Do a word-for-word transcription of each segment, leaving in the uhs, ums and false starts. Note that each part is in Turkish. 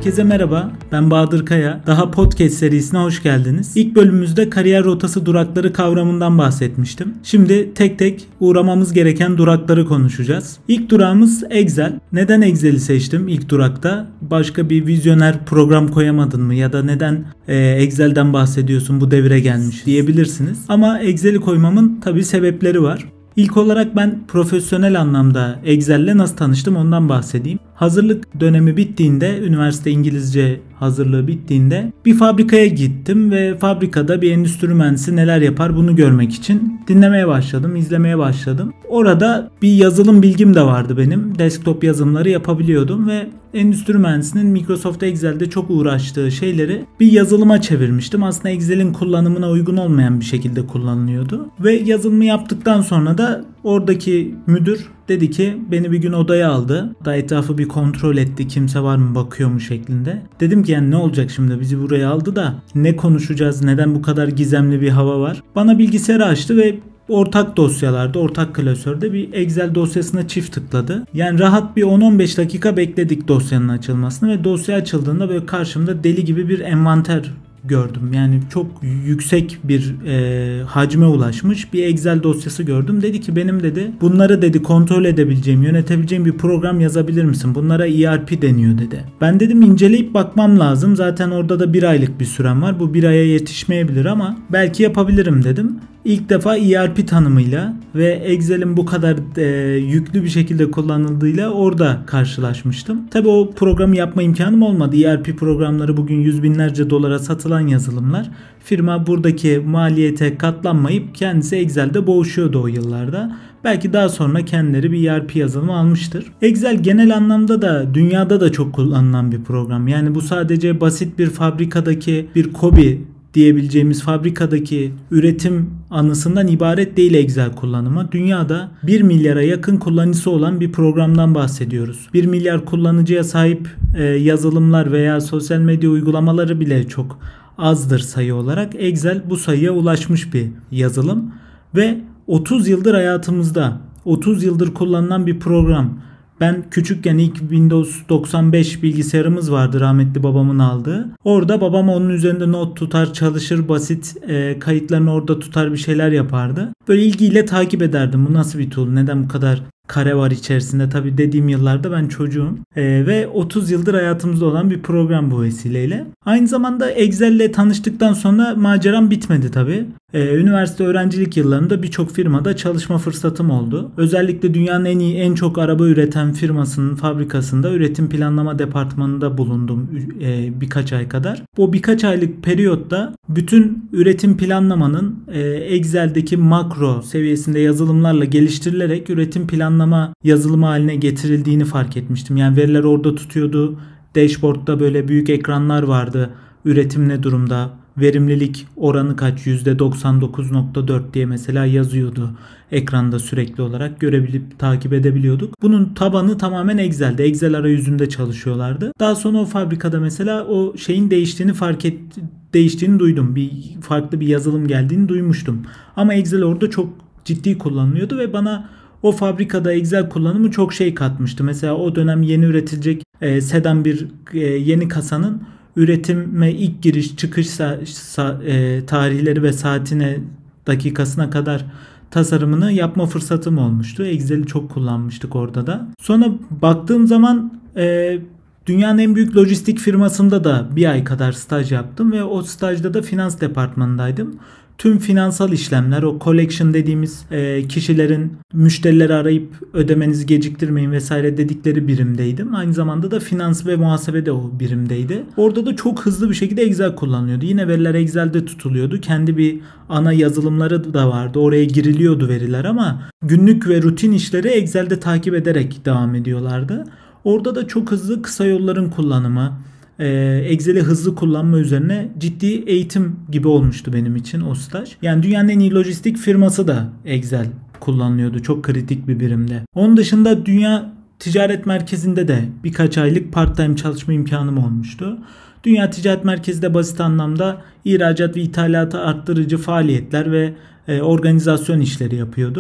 Herkese merhaba, ben Bahadır Kaya. Daha podcast serisine hoş geldiniz. İlk bölümümüzde kariyer rotası durakları kavramından bahsetmiştim. Şimdi tek tek uğramamız gereken durakları konuşacağız. İlk durağımız Excel. Neden Excel'i seçtim ilk durakta? Başka bir vizyoner program koyamadın mı? Ya da neden e, Excel'den bahsediyorsun, bu devire gelmiş diyebilirsiniz. Ama Excel'i koymamın tabii sebepleri var. İlk olarak ben profesyonel anlamda Excel'le nasıl tanıştım ondan bahsedeyim. Hazırlık dönemi bittiğinde, üniversite İngilizce hazırlığı bittiğinde bir fabrikaya gittim ve fabrikada bir endüstri mühendisi neler yapar bunu görmek için dinlemeye başladım, izlemeye başladım. Orada bir yazılım bilgim de vardı benim. Desktop yazılımları yapabiliyordum ve endüstri mühendisinin Microsoft Excel'de çok uğraştığı şeyleri bir yazılıma çevirmiştim. Aslında Excel'in kullanımına uygun olmayan bir şekilde kullanılıyordu. Ve yazılımı yaptıktan sonra da oradaki müdür dedi ki beni bir gün odaya aldı. Da etrafı bir kontrol etti. Kimse var mı bakıyor mu şeklinde. Dedim ki yani ne olacak şimdi, bizi buraya aldı da ne konuşacağız, neden bu kadar gizemli bir hava var. Bana bilgisayarı açtı ve ortak dosyalarda, ortak klasörde bir Excel dosyasına çift tıkladı. Yani rahat bir on on beş dakika bekledik dosyanın açılmasını ve dosya açıldığında böyle karşımda deli gibi bir envanter gördüm. Yani çok yüksek bir e, hacme ulaşmış bir Excel dosyası gördüm. Dedi ki benim dedi bunları dedi kontrol edebileceğim, yönetebileceğim bir program yazabilir misin? Bunlara E R P deniyor dedi. Ben dedim inceleyip bakmam lazım. Zaten orada da bir aylık bir sürem var. Bu bir aya yetişmeyebilir ama belki yapabilirim dedim. İlk defa E R P tanımıyla ve Excel'in bu kadar e, yüklü bir şekilde kullanıldığıyla orada karşılaşmıştım. Tabii o programı yapma imkanım olmadı. E R P programları bugün yüz binlerce dolara satılan yazılımlar. Firma buradaki maliyete katlanmayıp kendisi Excel'de boğuşuyordu o yıllarda. Belki daha sonra kendileri bir E R P yazılımı almıştır. Excel genel anlamda da dünyada da çok kullanılan bir program. Yani bu sadece basit bir fabrikadaki bir KOBİ diyebileceğimiz fabrikadaki üretim anısından ibaret değil Excel kullanımı. Dünyada bir milyara yakın kullanıcısı olan bir programdan bahsediyoruz. bir milyar kullanıcıya sahip e, yazılımlar veya sosyal medya uygulamaları bile çok azdır sayı olarak. Excel bu sayıya ulaşmış bir yazılım ve otuz yıldır hayatımızda, otuz yıldır kullanılan bir program. Ben küçükken ilk Windows doksan beş bilgisayarımız vardı, rahmetli babamın aldığı. Orada babam onun üzerinde not tutar, çalışır, basit e, kayıtlarını orada tutar, bir şeyler yapardı. Böyle ilgiyle takip ederdim. Bu nasıl bir tool? Neden bu kadar kare var içerisinde? Tabii dediğim yıllarda ben çocuğum. E, ve otuz yıldır hayatımızda olan bir program bu vesileyle. Aynı zamanda Excel'le tanıştıktan sonra maceram bitmedi tabii. Ee, üniversite öğrencilik yıllarında birçok firmada çalışma fırsatım oldu. Özellikle dünyanın en iyi, en çok araba üreten firmasının fabrikasında üretim planlama departmanında bulundum e, birkaç ay kadar. Bu birkaç aylık periyotta bütün üretim planlamanın e, Excel'deki makro seviyesinde yazılımlarla geliştirilerek üretim planlama yazılımı haline getirildiğini fark etmiştim. Yani veriler orada tutuyordu. Dashboard'da böyle büyük ekranlar vardı. Üretim ne durumda? Verimlilik oranı kaç? yüzde doksan dokuz nokta dört diye mesela yazıyordu. Ekranda sürekli olarak görebilip takip edebiliyorduk. Bunun tabanı tamamen Excel'de. Excel arayüzünde çalışıyorlardı. Daha sonra o fabrikada mesela o şeyin değiştiğini fark et, değiştiğini duydum. Bir farklı bir yazılım geldiğini duymuştum. Ama Excel orada çok ciddi kullanılıyordu ve bana o fabrikada Excel kullanımı çok şey katmıştı. Mesela o dönem yeni üretilecek e, sedan bir e, yeni kasanın üretime ilk giriş çıkış sa- sa- e, tarihleri ve saatine, dakikasına kadar tasarımını yapma fırsatım olmuştu. Excel'i çok kullanmıştık orada da. Sonra baktığım zaman e, dünyanın en büyük lojistik firmasında da bir ay kadar staj yaptım ve o stajda da finans departmanındaydım. Tüm finansal işlemler, o collection dediğimiz e, kişilerin müşterileri arayıp ödemenizi geciktirmeyin vesaire dedikleri birimdeydim. Aynı zamanda da finans ve muhasebe de o birimdeydi. Orada da çok hızlı bir şekilde Excel kullanılıyordu. Yine veriler Excel'de tutuluyordu. Kendi bir ana yazılımları da vardı. Oraya giriliyordu veriler ama günlük ve rutin işleri Excel'de takip ederek devam ediyorlardı. Orada da çok hızlı kısa yolların kullanımı, Excel'i hızlı kullanma üzerine ciddi eğitim gibi olmuştu benim için o staj. Yani dünyanın en iyi lojistik firması da Excel kullanılıyordu. Çok kritik bir birimde. Onun dışında Dünya Ticaret Merkezi'nde de birkaç aylık part-time çalışma imkanım olmuştu. Dünya Ticaret Merkezi de basit anlamda ihracat ve ithalatı arttırıcı faaliyetler ve organizasyon işleri yapıyordu.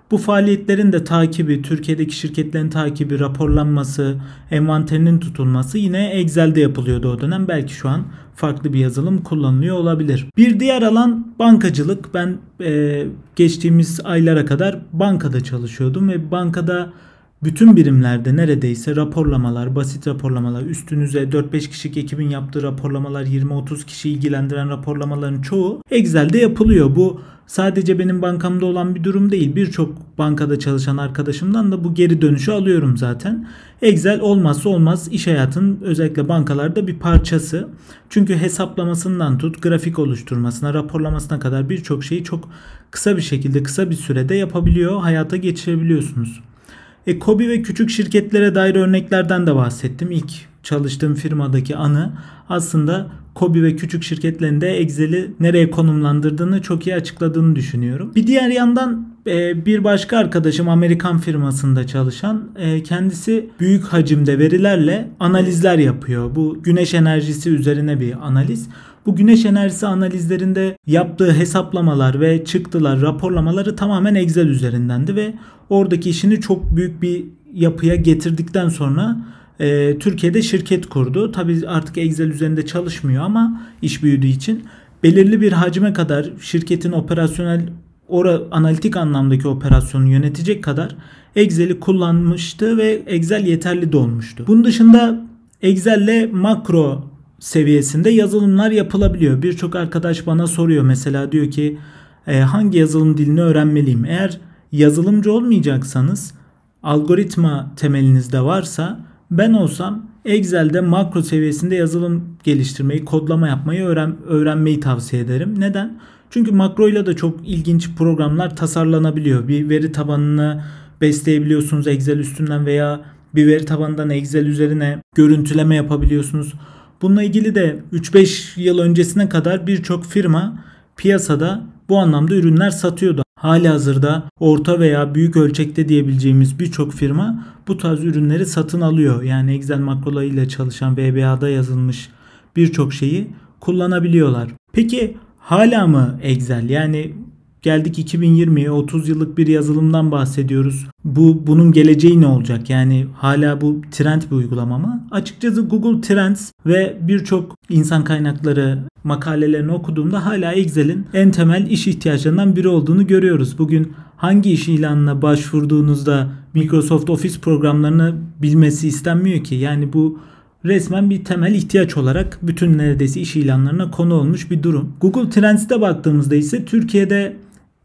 Bu faaliyetlerin de takibi, Türkiye'deki şirketlerin takibi, raporlanması, envanterinin tutulması yine Excel'de yapılıyordu o dönem. Belki şu an farklı bir yazılım kullanılıyor olabilir. Bir diğer alan bankacılık. Ben e, geçtiğimiz aylara kadar bankada çalışıyordum ve bankada bütün birimlerde neredeyse raporlamalar, basit raporlamalar, üstünüze dört beş kişilik ekibin yaptığı raporlamalar, yirmi otuz kişi ilgilendiren raporlamaların çoğu Excel'de yapılıyor. Bu sadece benim bankamda olan bir durum değil. Birçok bankada çalışan arkadaşımdan da bu geri dönüşü alıyorum zaten. Excel olmazsa olmaz iş hayatının, özellikle bankalarda bir parçası. Çünkü hesaplamasından tut, grafik oluşturmasına, raporlamasına kadar birçok şeyi çok kısa bir şekilde, kısa bir sürede yapabiliyor, hayata geçirebiliyorsunuz. E, KOBİ ve küçük şirketlere dair örneklerden de bahsettim. İlk çalıştığım firmadaki anı aslında KOBİ ve küçük şirketlerin de Excel'i nereye konumlandırdığını çok iyi açıkladığını düşünüyorum. Bir diğer yandan e, bir başka arkadaşım Amerikan firmasında çalışan, e, kendisi büyük hacimde verilerle analizler yapıyor. Bu güneş enerjisi üzerine bir analiz. Bu güneş enerjisi analizlerinde yaptığı hesaplamalar ve çıktılar, raporlamaları tamamen Excel üzerindendi ve oradaki işini çok büyük bir yapıya getirdikten sonra e, Türkiye'de şirket kurdu. Tabii artık Excel üzerinde çalışmıyor ama iş büyüdüğü için belirli bir hacme kadar şirketin operasyonel, ora, analitik anlamdaki operasyonu yönetecek kadar Excel'i kullanmıştı ve Excel yeterli de olmuştu. Bunun dışında Excel'le makro seviyesinde yazılımlar yapılabiliyor. Birçok arkadaş bana soruyor, mesela diyor ki e, hangi yazılım dilini öğrenmeliyim? Eğer yazılımcı olmayacaksanız, algoritma temelinizde varsa, ben olsam Excel'de makro seviyesinde yazılım geliştirmeyi, kodlama yapmayı öğren, öğrenmeyi tavsiye ederim. Neden? Çünkü makroyla da çok ilginç programlar tasarlanabiliyor. Bir veri tabanını besleyebiliyorsunuz Excel üstünden veya bir veri tabanından Excel üzerine görüntüleme yapabiliyorsunuz. Bununla ilgili de üç beş yıl öncesine kadar birçok firma piyasada bu anlamda ürünler satıyordu. Halihazırda orta veya büyük ölçekte diyebileceğimiz birçok firma bu tarz ürünleri satın alıyor. Yani Excel makrolarıyla çalışan, V B A'da yazılmış birçok şeyi kullanabiliyorlar. Peki hala mı Excel? Yani geldik iki bin yirmiye, otuz yıllık bir yazılımdan bahsediyoruz. Bu bunun geleceği ne olacak? Yani hala bu trend bir uygulama mı? Açıkçası Google Trends ve birçok insan kaynakları makalelerini okuduğumda hala Excel'in en temel iş ihtiyaçlarından biri olduğunu görüyoruz. Bugün hangi iş ilanına başvurduğunuzda Microsoft Office programlarını bilmesi istenmiyor ki? Yani bu resmen bir temel ihtiyaç olarak bütün neredeyse iş ilanlarına konu olmuş bir durum. Google Trends'te baktığımızda ise Türkiye'de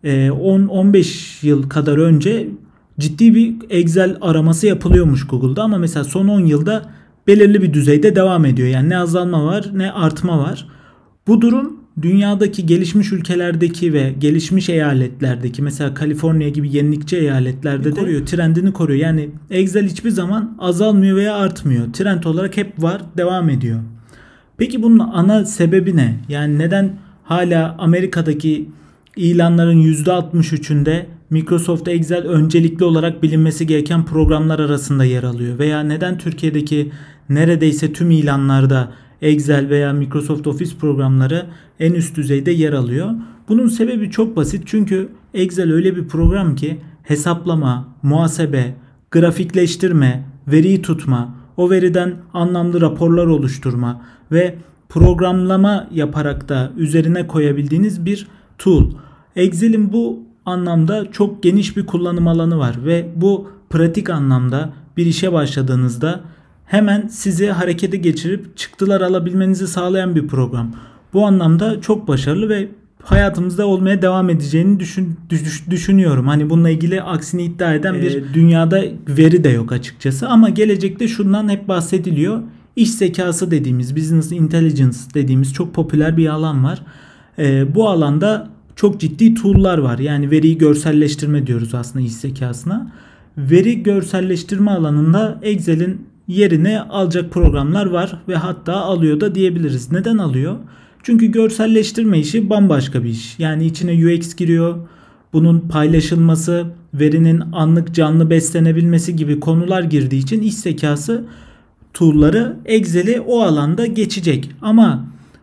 on on beş yıl kadar önce ciddi bir Excel araması yapılıyormuş Google'da ama mesela son on yılda belirli bir düzeyde devam ediyor. Yani ne azalma var ne artma var. Bu durum dünyadaki gelişmiş ülkelerdeki ve gelişmiş eyaletlerdeki, mesela Kaliforniya gibi yenilikçi eyaletlerde de koruyor, trendini koruyor. Yani Excel hiçbir zaman azalmıyor veya artmıyor. Trend olarak hep var, devam ediyor. Peki bunun ana sebebi ne? Yani neden hala Amerika'daki ilanların yüzde altmış üçünde Microsoft Excel öncelikli olarak bilinmesi gereken programlar arasında yer alıyor? Veya neden Türkiye'deki neredeyse tüm ilanlarda Excel veya Microsoft Office programları en üst düzeyde yer alıyor? Bunun sebebi çok basit. Çünkü Excel öyle bir program ki hesaplama, muhasebe, grafikleştirme, veriyi tutma, o veriden anlamlı raporlar oluşturma ve programlama yaparak da üzerine koyabildiğiniz bir tool. Excel'in bu anlamda çok geniş bir kullanım alanı var ve bu pratik anlamda bir işe başladığınızda hemen sizi harekete geçirip çıktılar alabilmenizi sağlayan bir program. Bu anlamda çok başarılı ve hayatımızda olmaya devam edeceğini düşün, düş, düşünüyorum. Hani bununla ilgili aksini iddia eden bir ee, dünyada veri de yok açıkçası ama gelecekte şundan hep bahsediliyor. İş zekası dediğimiz, business intelligence dediğimiz çok popüler bir alan var. Ee, bu alanda çok ciddi tool'lar var. Yani veriyi görselleştirme diyoruz aslında iş zekasına. Veri görselleştirme alanında Excel'in yerini alacak programlar var ve hatta alıyor da diyebiliriz. Neden alıyor? Çünkü görselleştirme işi bambaşka bir iş. Yani içine U X giriyor. Bunun paylaşılması, verinin anlık canlı beslenebilmesi gibi konular girdiği için iş zekası tool'ları Excel'i o alanda geçecek. Ama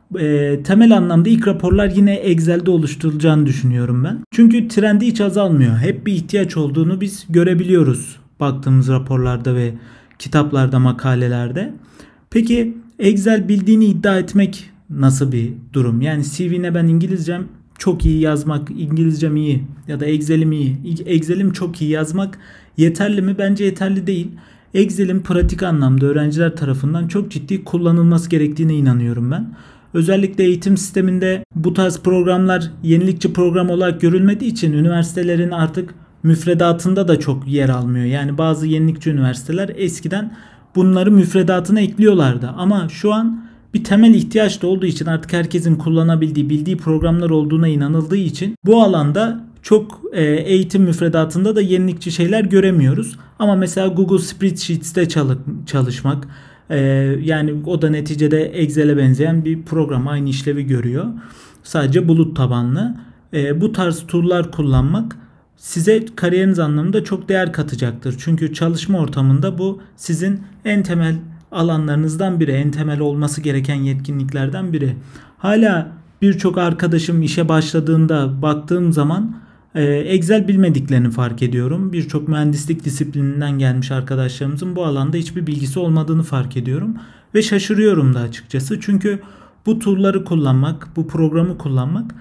e, temel anlamda ilk raporlar yine Excel'de oluşturulacağını düşünüyorum ben. Çünkü trendi hiç azalmıyor. Hep bir ihtiyaç olduğunu biz görebiliyoruz baktığımız raporlarda ve kitaplarda, makalelerde. Peki Excel bildiğini iddia etmek nasıl bir durum? Yani C V'ne ben İngilizcem çok iyi yazmak, İngilizcem iyi ya da Excel'im iyi, Excel'im çok iyi yazmak yeterli mi? Bence yeterli değil. Excel'in pratik anlamda öğrenciler tarafından çok ciddi kullanılması gerektiğine inanıyorum ben. Özellikle eğitim sisteminde bu tarz programlar yenilikçi program olarak görülmediği için üniversitelerin artık müfredatında da çok yer almıyor. Yani bazı yenilikçi üniversiteler eskiden bunları müfredatına ekliyorlardı. Ama şu an bir temel ihtiyaç da olduğu için artık herkesin kullanabildiği, bildiği programlar olduğuna inanıldığı için bu alanda çok eğitim müfredatında da yenilikçi şeyler göremiyoruz. Ama mesela Google Spreadsheets'te çalışmak, yani o da neticede Excel'e benzeyen bir program, aynı işlevi görüyor. Sadece bulut tabanlı. Bu tarz tool'lar kullanmak size kariyeriniz anlamında çok değer katacaktır. Çünkü çalışma ortamında bu sizin en temel alanlarınızdan biri, en temel olması gereken yetkinliklerden biri. Hala birçok arkadaşım işe başladığında baktığım zaman Excel bilmediklerini fark ediyorum. Birçok mühendislik disiplininden gelmiş arkadaşlarımızın bu alanda hiçbir bilgisi olmadığını fark ediyorum. Ve şaşırıyorum da açıkçası. Çünkü bu tool'ları kullanmak, bu programı kullanmak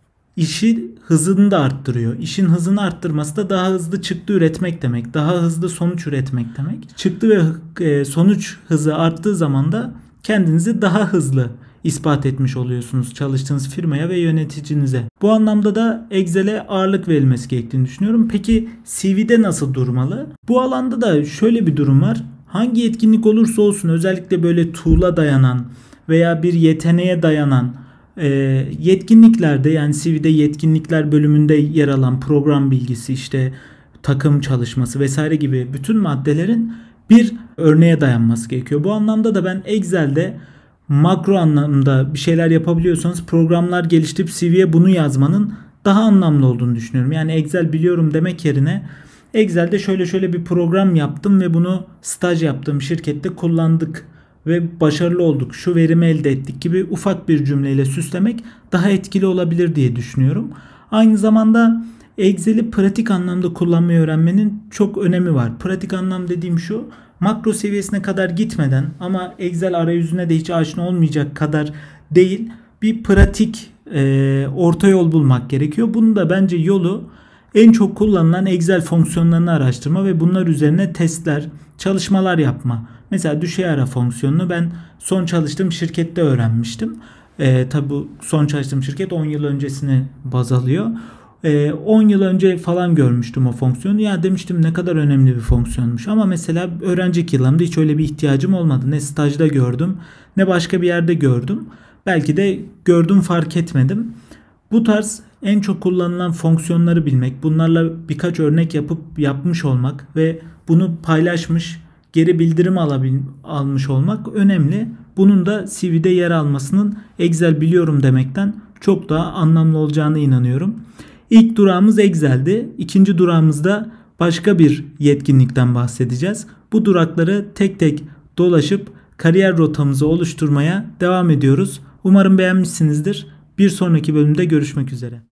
işi hızını da arttırıyor. İşin hızını arttırması da daha hızlı çıktı üretmek demek. Daha hızlı sonuç üretmek demek. Çıktı ve sonuç hızı arttığı zaman da kendinizi daha hızlı ispat etmiş oluyorsunuz çalıştığınız firmaya ve yöneticinize. Bu anlamda da Excel'e ağırlık verilmesi gerektiğini düşünüyorum. Peki C V'de nasıl durmalı? Bu alanda da şöyle bir durum var. Hangi yetkinlik olursa olsun, özellikle böyle tool'a dayanan veya bir yeteneğe dayanan e, yetkinliklerde, yani C V'de yetkinlikler bölümünde yer alan program bilgisi, işte takım çalışması vesaire gibi bütün maddelerin bir örneğe dayanması gerekiyor. Bu anlamda da ben Excel'de makro anlamda bir şeyler yapabiliyorsanız programlar geliştirip C V'ye bunu yazmanın daha anlamlı olduğunu düşünüyorum. Yani Excel biliyorum demek yerine Excel'de şöyle şöyle bir program yaptım ve bunu staj yaptığım şirkette kullandık ve başarılı olduk, şu verimi elde ettik gibi ufak bir cümleyle süslemek daha etkili olabilir diye düşünüyorum. Aynı zamanda Excel'i pratik anlamda kullanmayı öğrenmenin çok önemi var. Pratik anlam dediğim şu: makro seviyesine kadar gitmeden ama Excel arayüzüne de hiç aşina olmayacak kadar değil, bir pratik e, orta yol bulmak gerekiyor. Bunun da bence yolu en çok kullanılan Excel fonksiyonlarını araştırma ve bunlar üzerine testler, çalışmalar yapma. Mesela düşey ara fonksiyonunu ben son çalıştığım şirkette öğrenmiştim. E, tabi bu son çalıştığım şirket on yıl öncesini baz alıyor. on yıl önce falan görmüştüm o fonksiyonu. Ya demiştim ne kadar önemli bir fonksiyonmuş. Ama mesela öğrenci yıllarımda hiç öyle bir ihtiyacım olmadı. Ne stajda gördüm ne başka bir yerde gördüm. Belki de gördüm, fark etmedim. Bu tarz en çok kullanılan fonksiyonları bilmek, bunlarla birkaç örnek yapıp yapmış olmak ve bunu paylaşmış, geri bildirim alabil, almış olmak önemli. Bunun da C V'de yer almasının Excel biliyorum demekten çok daha anlamlı olacağına inanıyorum. İlk durağımız Excel'di. İkinci durağımızda başka bir yetkinlikten bahsedeceğiz. Bu durakları tek tek dolaşıp kariyer rotamızı oluşturmaya devam ediyoruz. Umarım beğenmişsinizdir. Bir sonraki bölümde görüşmek üzere.